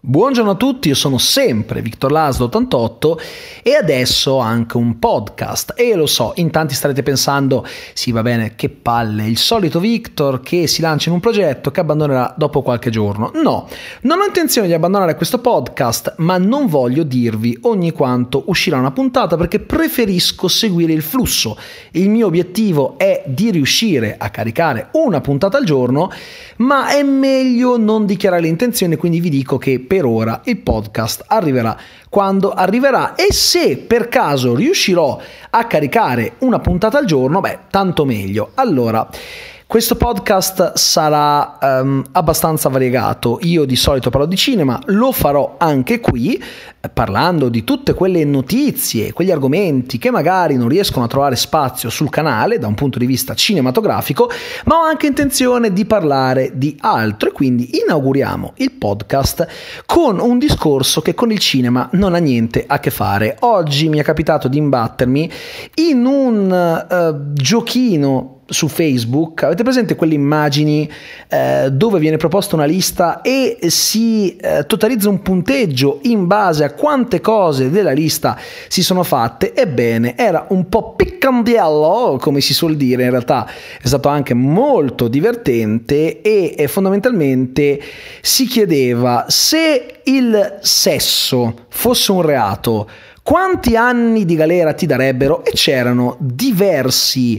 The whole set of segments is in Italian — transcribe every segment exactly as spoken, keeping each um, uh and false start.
Buongiorno a tutti, io sono sempre Victor Laszlo ottantotto e adesso ho anche un podcast. E lo so, in tanti starete pensando, sì va bene, che palle, il solito Victor che si lancia in un progetto che abbandonerà dopo qualche giorno. No, non ho intenzione di abbandonare questo podcast, ma non voglio dirvi ogni quanto uscirà una puntata perché preferisco seguire il flusso. Il mio obiettivo è di riuscire a caricare una puntata al giorno, ma è meglio non dichiarare le intenzioni, quindi vi dico che per ora il podcast arriverà quando arriverà, e se per caso riuscirò a caricare una puntata al giorno, beh, tanto meglio. Allora, questo podcast sarà um, abbastanza variegato. Io di solito parlo di cinema, lo farò anche qui, eh, parlando di tutte quelle notizie, quegli argomenti che magari non riescono a trovare spazio sul canale da un punto di vista cinematografico, ma ho anche intenzione di parlare di altro, e quindi inauguriamo il podcast con un discorso che con il cinema non ha niente a che fare. Oggi mi è capitato di imbattermi in un uh, giochino su Facebook. Avete presente quelle immagini eh, dove viene proposta una lista e si eh, totalizza un punteggio in base a quante cose della lista si sono fatte? Ebbene, era un po' piccandiello, come si suol dire. In realtà è stato anche molto divertente e, e fondamentalmente si chiedeva: se il sesso fosse un reato, quanti anni di galera ti darebbero? E c'erano diversi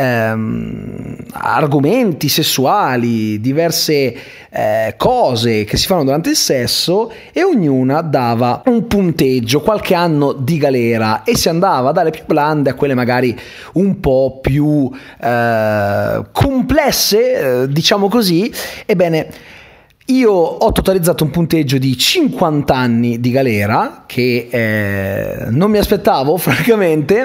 ehm, argomenti sessuali, diverse eh, cose che si fanno durante il sesso, e ognuna dava un punteggio, qualche anno di galera, e si andava dalle più blande a quelle magari un po' più eh, complesse, eh, diciamo così. Ebbene, io ho totalizzato un punteggio di cinquanta anni di galera, che eh, non mi aspettavo francamente,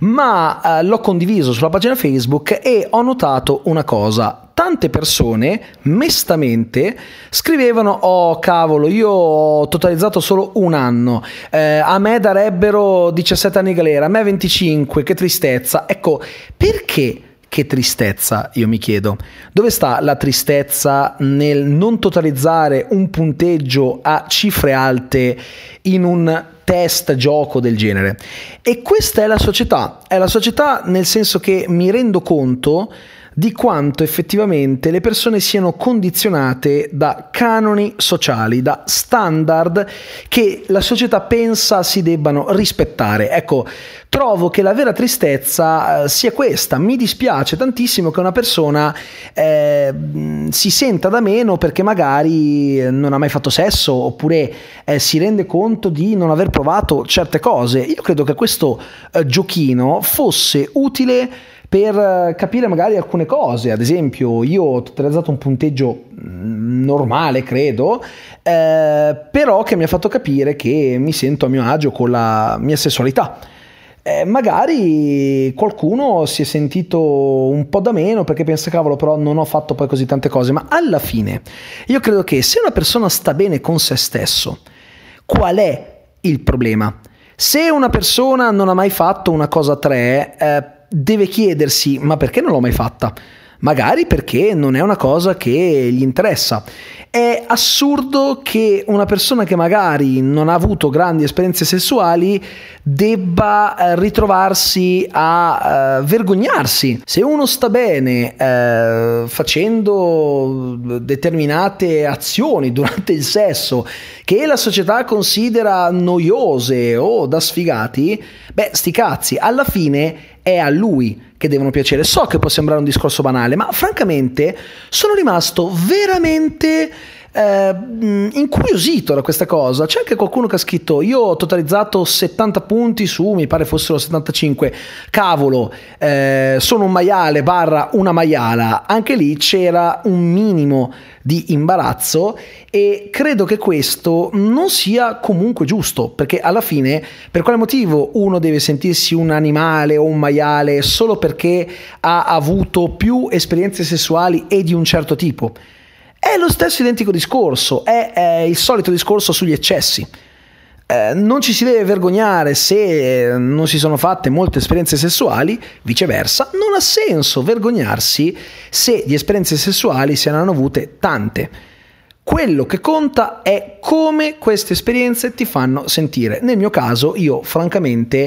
ma eh, l'ho condiviso sulla pagina Facebook e ho notato una cosa: tante persone mestamente scrivevano: oh cavolo, io ho totalizzato solo un anno, eh, a me darebbero diciassette anni di galera, a me venticinque, che tristezza. Ecco, perché? Che tristezza, io mi chiedo. Dove sta la tristezza nel non totalizzare un punteggio a cifre alte in un test gioco del genere? E questa è la società, è la società nel senso che mi rendo conto di quanto effettivamente le persone siano condizionate da canoni sociali, da standard che la società pensa si debbano rispettare. Ecco, trovo che la vera tristezza eh, sia questa. Mi dispiace tantissimo che una persona eh, si senta da meno perché magari non ha mai fatto sesso, oppure eh, si rende conto di non aver provato certe cose. Io credo che questo eh, giochino fosse utile per capire magari alcune cose. Ad esempio, io ho totalizzato un punteggio normale, credo, eh, però che mi ha fatto capire che mi sento a mio agio con la mia sessualità. Eh, magari qualcuno si è sentito un po' da meno perché pensa: cavolo, però non ho fatto poi così tante cose. Ma alla fine io credo che se una persona sta bene con se stesso, qual è il problema? Se una persona non ha mai fatto una cosa a tre, eh, deve chiedersi: ma perché non l'ho mai fatta? Magari perché non è una cosa che gli interessa. È assurdo che una persona che magari non ha avuto grandi esperienze sessuali debba eh, ritrovarsi a eh, vergognarsi. Se uno sta bene eh, facendo determinate azioni durante il sesso che la società considera noiose o da sfigati, beh, sti cazzi, alla fine è a lui che devono piacere. So che può sembrare un discorso banale, ma francamente sono rimasto veramente eh, incuriosito da questa cosa. C'è anche qualcuno che ha scritto: io ho totalizzato settanta punti su, mi pare fossero settantacinque, cavolo, eh, sono un maiale barra una maiala. Anche lì c'era un minimo di imbarazzo, e credo che questo non sia comunque giusto, perché alla fine per quale motivo uno deve sentirsi un animale o un maiale solo perché ha avuto più esperienze sessuali e di un certo tipo? È lo stesso identico discorso, è, è il solito discorso sugli eccessi. Eh, non ci si deve vergognare se non si sono fatte molte esperienze sessuali, viceversa non ha senso vergognarsi se di esperienze sessuali se ne hanno avute tante. Quello che conta è come queste esperienze ti fanno sentire. Nel mio caso, io francamente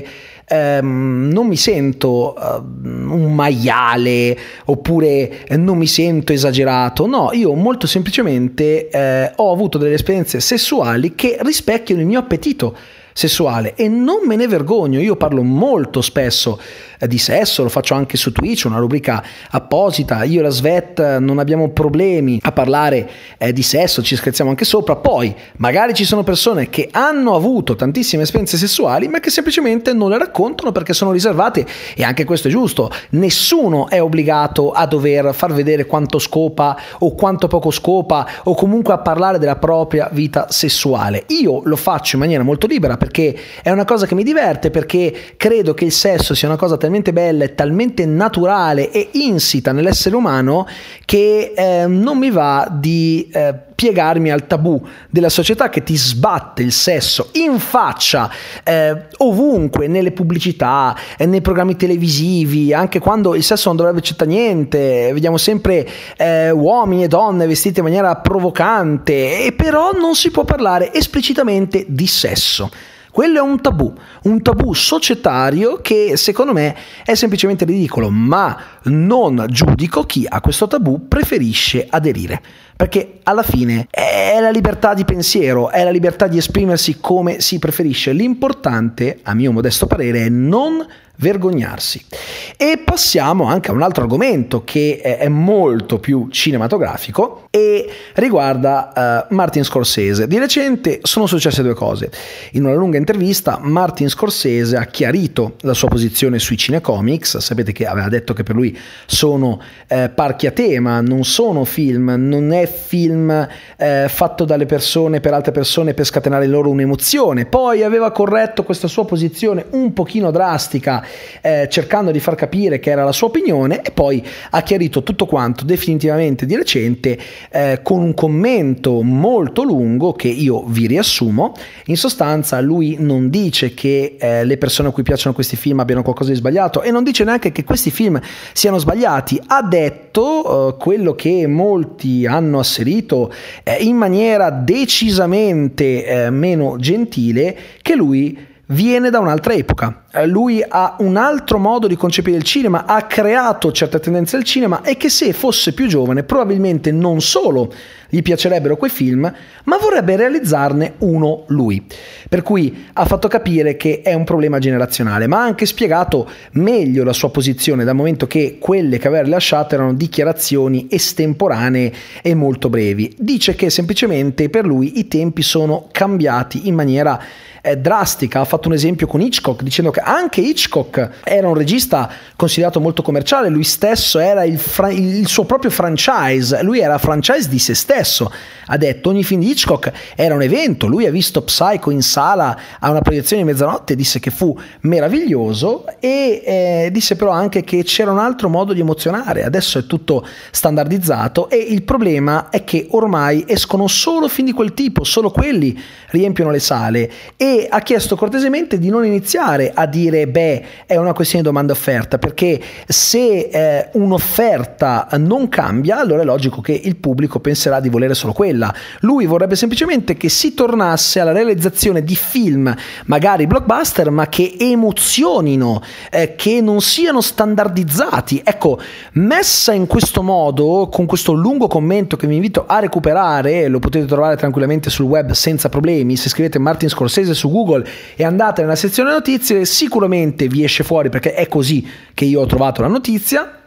ehm, non mi sento uh, un maiale oppure non mi sento esagerato. No, io molto semplicemente eh, ho avuto delle esperienze sessuali che rispecchiano il mio appetito sessuale e non me ne vergogno. Io parlo molto spesso eh, di sesso, lo faccio anche su Twitch, una rubrica apposita. Io e la Svet non abbiamo problemi a parlare eh, di sesso, ci scherziamo anche sopra. Poi magari ci sono persone che hanno avuto tantissime esperienze sessuali ma che semplicemente non le raccontano perché sono riservate, e anche questo è giusto. Nessuno è obbligato a dover far vedere quanto scopa o quanto poco scopa, o comunque a parlare della propria vita sessuale. Io lo faccio in maniera molto libera perché è una cosa che mi diverte, perché credo che il sesso sia una cosa talmente bella e talmente naturale e insita nell'essere umano che eh, non mi va di eh, piegarmi al tabù della società che ti sbatte il sesso in faccia eh, ovunque, nelle pubblicità, eh, nei programmi televisivi, anche quando il sesso non dovrebbe c'entrare niente. Vediamo sempre eh, uomini e donne vestiti in maniera provocante, e però non si può parlare esplicitamente di sesso. Quello è un tabù, un tabù societario che secondo me è semplicemente ridicolo, ma non giudico chi a questo tabù preferisce aderire, perché alla fine è la libertà di pensiero, è la libertà di esprimersi come si preferisce. L'importante, a mio modesto parere, è non vergognarsi. E passiamo anche a un altro argomento che è molto più cinematografico e riguarda uh, Martin Scorsese. Di recente sono successe due cose. In una lunga intervista Martin Scorsese ha chiarito la sua posizione sui cinecomics. Sapete che aveva detto che per lui sono eh, parchi a tema, non sono film, non è film eh, fatto dalle persone per altre persone per scatenare loro un'emozione. Poi aveva corretto questa sua posizione un pochino drastica, Eh, cercando di far capire che era la sua opinione, e poi ha chiarito tutto quanto definitivamente di recente eh, con un commento molto lungo che io vi riassumo. In sostanza lui non dice che eh, le persone a cui piacciono questi film abbiano qualcosa di sbagliato, e non dice neanche che questi film siano sbagliati. Ha detto eh, quello che molti hanno asserito eh, in maniera decisamente eh, meno gentile, che lui viene da un'altra epoca. Lui ha un altro modo di concepire il cinema, ha creato certe tendenze del cinema, e che se fosse più giovane probabilmente non solo gli piacerebbero quei film, ma vorrebbe realizzarne uno lui. Per cui ha fatto capire che è un problema generazionale, ma ha anche spiegato meglio la sua posizione, dal momento che quelle che aveva rilasciato erano dichiarazioni estemporanee e molto brevi. Dice che semplicemente per lui i tempi sono cambiati in maniera eh, drastica. Ha fatto un esempio con Hitchcock, dicendo che anche Hitchcock era un regista considerato molto commerciale, lui stesso era il, fra- il suo proprio franchise, lui era franchise di se stesso. Ha detto ogni film di Hitchcock era un evento. Lui ha visto Psycho in sala a una proiezione di mezzanotte, disse che fu meraviglioso, e eh, disse però anche che c'era un altro modo di emozionare. Adesso è tutto standardizzato e il problema è che ormai escono solo film di quel tipo, solo quelli riempiono le sale, e ha chiesto cortesemente di non iniziare a dire beh è una questione di domanda offerta, perché se eh, un'offerta non cambia, allora è logico che il pubblico penserà di volere solo quella. Lui vorrebbe semplicemente che si tornasse alla realizzazione di film magari blockbuster, ma che emozionino, eh, che non siano standardizzati. Ecco, messa in questo modo, con questo lungo commento che vi invito a recuperare, lo potete trovare tranquillamente sul web senza problemi. Se scrivete Martin Scorsese su Google e andate nella sezione notizie, sicuramente vi esce fuori, perché è così che io ho trovato la notizia.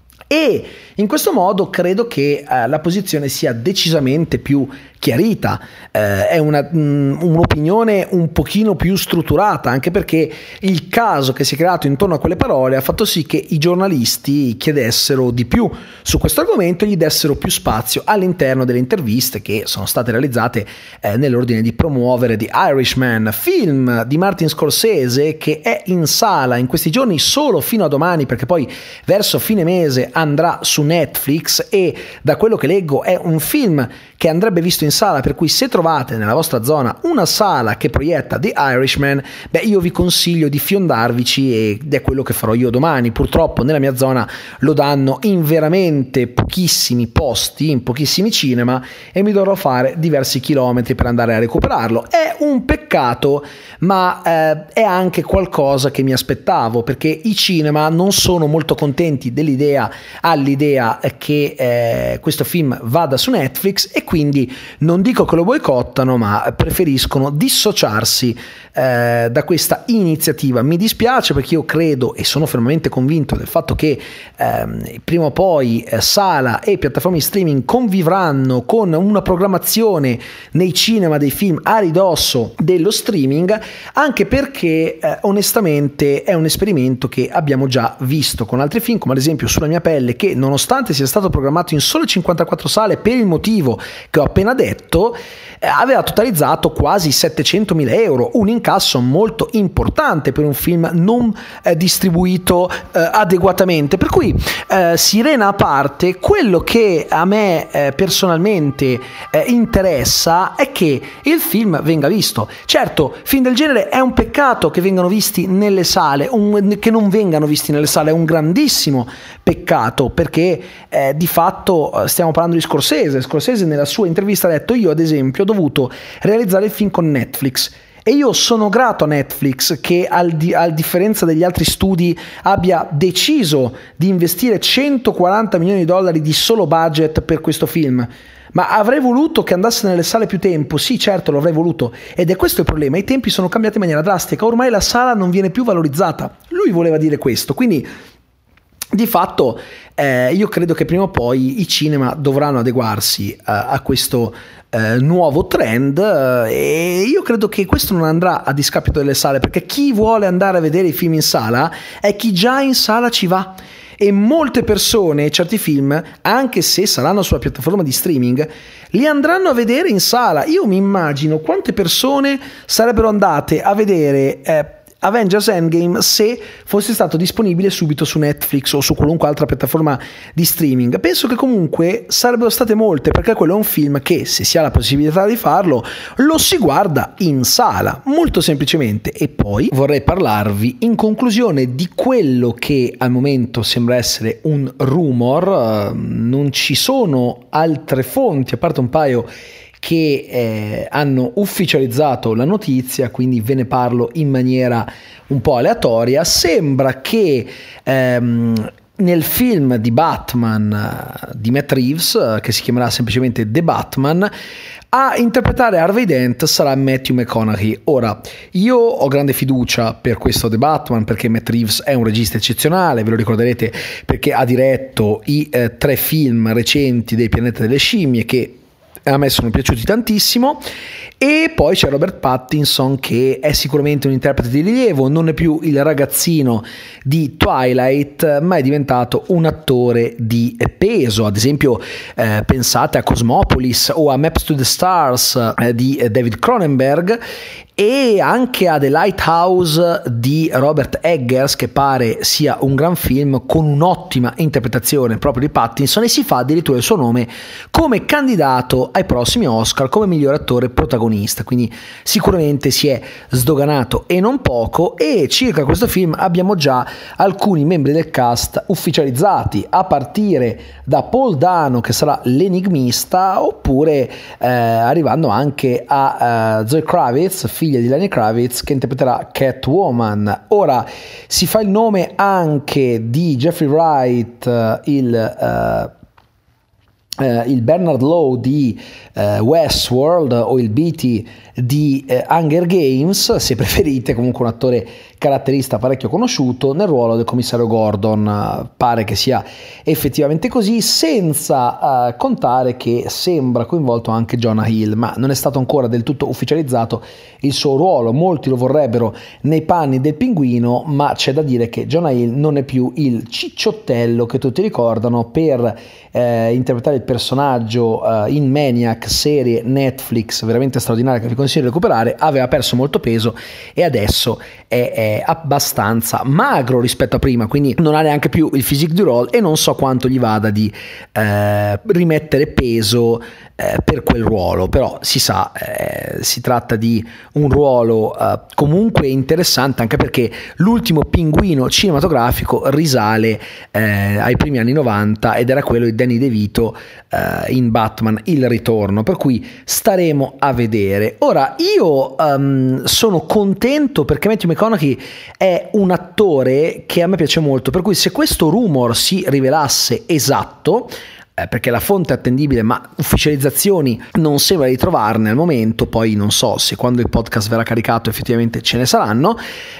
E in questo modo credo che eh, la posizione sia decisamente più chiarita, eh, è una, mh, un'opinione un pochino più strutturata, anche perché il caso che si è creato intorno a quelle parole ha fatto sì che i giornalisti chiedessero di più su questo argomento e gli dessero più spazio all'interno delle interviste che sono state realizzate eh, nell'ordine di promuovere The Irishman, film di Martin Scorsese che è in sala in questi giorni solo fino a domani, perché poi verso fine mese andrà su Netflix e da quello che leggo è un film che andrebbe visto in sala, per cui se trovate nella vostra zona una sala che proietta The Irishman, beh, io vi consiglio di fiondarvici ed è quello che farò io domani. Purtroppo nella mia zona lo danno in veramente pochissimi posti, in pochissimi cinema, e mi dovrò fare diversi chilometri per andare a recuperarlo. È un peccato, ma eh, è anche qualcosa che mi aspettavo, perché i cinema non sono molto contenti dell'idea all'idea che eh, questo film vada su Netflix, e quindi non dico che lo boicottano, ma preferiscono dissociarsi eh, da questa iniziativa. Mi dispiace, perché io credo e sono fermamente convinto del fatto che eh, prima o poi eh, sala e piattaforme di streaming convivranno con una programmazione nei cinema dei film a ridosso dello streaming, anche perché eh, onestamente è un esperimento che abbiamo già visto con altri film, come ad esempio Sulla mia pelle, che nonostante sia stato programmato in sole cinquantaquattro sale per il motivo che ho appena detto, eh, aveva totalizzato quasi settecentomila euro, un incasso molto importante per un film non eh, distribuito eh, adeguatamente. Per cui eh, sirena a parte, quello che a me eh, personalmente eh, interessa è che il film venga visto. Certo, film del genere è un peccato che vengano visti nelle sale, un, che non vengano visti nelle sale è un grandissimo peccato, perché eh, di fatto stiamo parlando di Scorsese. Scorsese nella sua intervista ha detto: io ad esempio ho dovuto realizzare il film con Netflix e io sono grato a Netflix che al di, a differenza degli altri studi abbia deciso di investire centoquaranta milioni di dollari di solo budget per questo film. Ma avrei voluto che andasse nelle sale più tempo? Sì, certo, lo avrei voluto, ed è questo il problema. I tempi sono cambiati in maniera drastica, ormai la sala non viene più valorizzata. Lui voleva dire questo, quindi di fatto eh, io credo che prima o poi i cinema dovranno adeguarsi eh, a questo eh, nuovo trend, eh, e io credo che questo non andrà a discapito delle sale, perché chi vuole andare a vedere i film in sala è chi già in sala ci va. E molte persone certi film, anche se saranno sulla piattaforma di streaming, li andranno a vedere in sala. Io mi immagino quante persone sarebbero andate a vedere eh, Avengers Endgame se fosse stato disponibile subito su Netflix o su qualunque altra piattaforma di streaming. Penso che comunque sarebbero state molte, perché quello è un film che, se si ha la possibilità di farlo, lo si guarda in sala, molto semplicemente. E poi vorrei parlarvi in conclusione di quello che al momento sembra essere un rumor. Non ci sono altre fonti, a parte un paio che eh, hanno ufficializzato la notizia, quindi ve ne parlo in maniera un po' aleatoria. Sembra che ehm, nel film di Batman di Matt Reeves, che si chiamerà semplicemente The Batman, a interpretare Harvey Dent sarà Matthew McConaughey. Ora, io ho grande fiducia per questo The Batman, perché Matt Reeves è un regista eccezionale, ve lo ricorderete perché ha diretto i eh, tre film recenti dei Pianeta delle Scimmie, che a me sono piaciuti tantissimo. E poi c'è Robert Pattinson, che è sicuramente un interprete di rilievo, non è più il ragazzino di Twilight, ma è diventato un attore di peso. Ad esempio eh, pensate a Cosmopolis o a Maps to the Stars eh, di David Cronenberg, e anche a The Lighthouse di Robert Eggers, che pare sia un gran film con un'ottima interpretazione proprio di Pattinson, e si fa addirittura il suo nome come candidato ai prossimi Oscar come miglior attore protagonista, quindi sicuramente si è sdoganato e non poco. E circa questo film abbiamo già alcuni membri del cast ufficializzati, a partire da Paul Dano, che sarà l'enigmista, oppure eh, arrivando anche a uh, Zoe Kravitz, figlia di Lenny Kravitz, che interpreterà Catwoman. Ora si fa il nome anche di Jeffrey Wright, il uh, Uh, il Bernard Lowe di uh, Westworld, o il Beatty di uh, Hunger Games, se preferite, comunque un attore caratterista parecchio conosciuto nel ruolo del commissario Gordon. Uh, pare che sia effettivamente così, senza uh, contare che sembra coinvolto anche Jonah Hill, ma non è stato ancora del tutto ufficializzato il suo ruolo. Molti lo vorrebbero nei panni del pinguino, ma c'è da dire che Jonah Hill non è più il cicciottello che tutti ricordano per eh, interpretare il personaggio uh, in Maniac, serie Netflix veramente straordinaria che vi consiglio di recuperare, aveva perso molto peso e adesso è, è abbastanza magro rispetto a prima, quindi non ha neanche più il physique du role e non so quanto gli vada di eh, rimettere peso eh, per quel ruolo, però si sa, eh, si tratta di un ruolo eh, comunque interessante, anche perché l'ultimo pinguino cinematografico risale eh, ai primi anni novanta ed era quello di Danny DeVito eh, in Batman Il Ritorno, per cui staremo a vedere. Ora io um, sono contento perché Matthew McConaughey è un attore che a me piace molto, per cui se questo rumor si rivelasse esatto, Eh, perché la fonte è attendibile ma ufficializzazioni non sembra di trovarne al momento, poi non so se quando il podcast verrà caricato effettivamente ce ne saranno.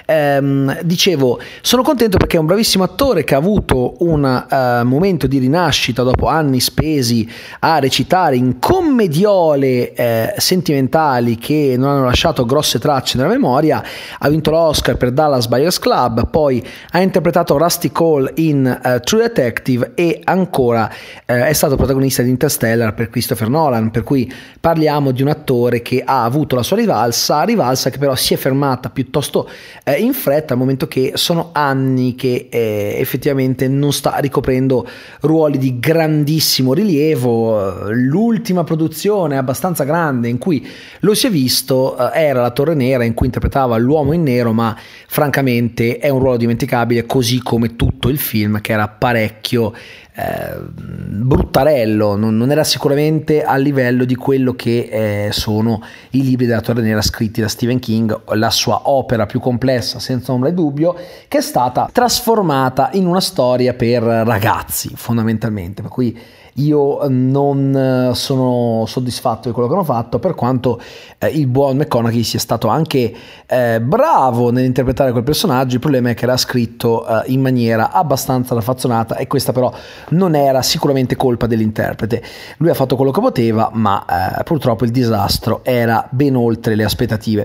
Ehm, dicevo, sono contento perché è un bravissimo attore che ha avuto un uh, momento di rinascita dopo anni spesi a recitare in commediole eh, sentimentali che non hanno lasciato grosse tracce nella memoria. Ha vinto l'Oscar per Dallas Buyers Club, poi ha interpretato Rusty Cole in uh, True Detective e ancora eh, è stato protagonista di Interstellar per Christopher Nolan, per cui parliamo di un attore che ha avuto la sua rivalsa, rivalsa che però si è fermata piuttosto eh, in fretta, al momento che sono anni che eh, effettivamente non sta ricoprendo ruoli di grandissimo rilievo. L'ultima produzione abbastanza grande in cui lo si è visto eh, era La Torre Nera, in cui interpretava l'uomo in nero, ma francamente è un ruolo dimenticabile, così come tutto il film, che era parecchio Eh, bruttarello, non, non era sicuramente a livello di quello che eh, sono i libri della Torre Nera scritti da Stephen King, la sua opera più complessa senza ombra di dubbio, che è stata trasformata in una storia per ragazzi fondamentalmente, per cui io non sono soddisfatto di quello che hanno fatto, per quanto eh, il buon McConaughey sia stato anche eh, bravo nell'interpretare quel personaggio. Il problema è che era scritto eh, in maniera abbastanza raffazzonata e questa però non era sicuramente colpa dell'interprete. Lui ha fatto quello che poteva, ma eh, purtroppo il disastro era ben oltre le aspettative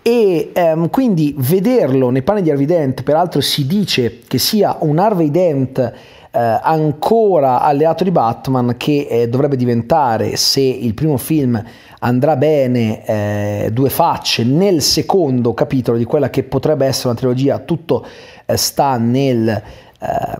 e ehm, quindi vederlo nei panni di Harvey Dent, peraltro si dice che sia un Harvey Dent Eh, ancora alleato di Batman, che eh, dovrebbe diventare, se il primo film andrà bene, eh, due facce nel secondo capitolo di quella che potrebbe essere una trilogia. Tutto eh, sta nel, eh,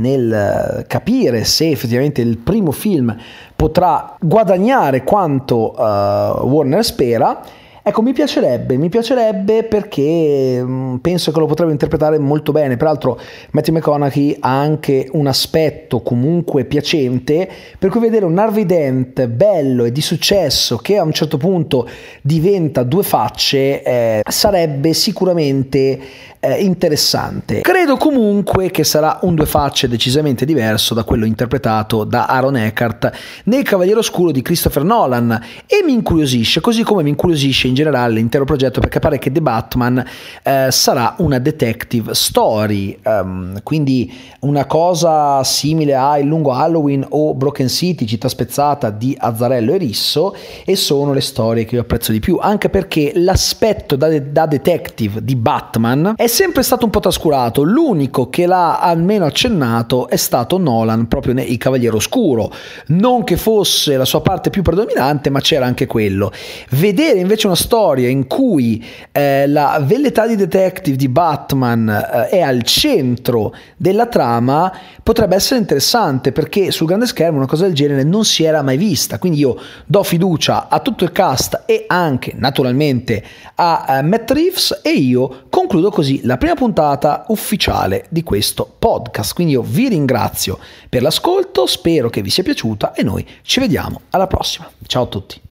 nel capire se effettivamente il primo film potrà guadagnare quanto eh, Warner spera. Ecco, mi piacerebbe, mi piacerebbe perché mh, penso che lo potrebbe interpretare molto bene. Peraltro Matthew McConaughey ha anche un aspetto comunque piacente, per cui vedere un Harvey Dent bello e di successo che a un certo punto diventa due facce eh, sarebbe sicuramente eh, interessante. Credo comunque che sarà un due facce decisamente diverso da quello interpretato da Aaron Eckhart nel Cavaliere Oscuro di Christopher Nolan, e mi incuriosisce, così come mi incuriosisce in generale l'intero progetto, perché pare che The Batman eh, sarà una detective story, um, quindi una cosa simile a Il lungo Halloween o Broken City, città spezzata di Azzarello e Risso, e sono le storie che io apprezzo di più, anche perché l'aspetto da, da detective di Batman è sempre stato un po' trascurato. L'unico che l'ha almeno accennato è stato Nolan proprio nel Il Cavaliere Oscuro, non che fosse la sua parte più predominante, ma c'era anche quello. Vedere invece una storia in cui eh, la velleità di detective di Batman eh, è al centro della trama potrebbe essere interessante, perché sul grande schermo una cosa del genere non si era mai vista. Quindi io do fiducia a tutto il cast e anche naturalmente a uh, Matt Reeves, e io concludo così la prima puntata ufficiale di questo podcast. Quindi io vi ringrazio per l'ascolto, spero che vi sia piaciuta e noi ci vediamo alla prossima. Ciao a tutti.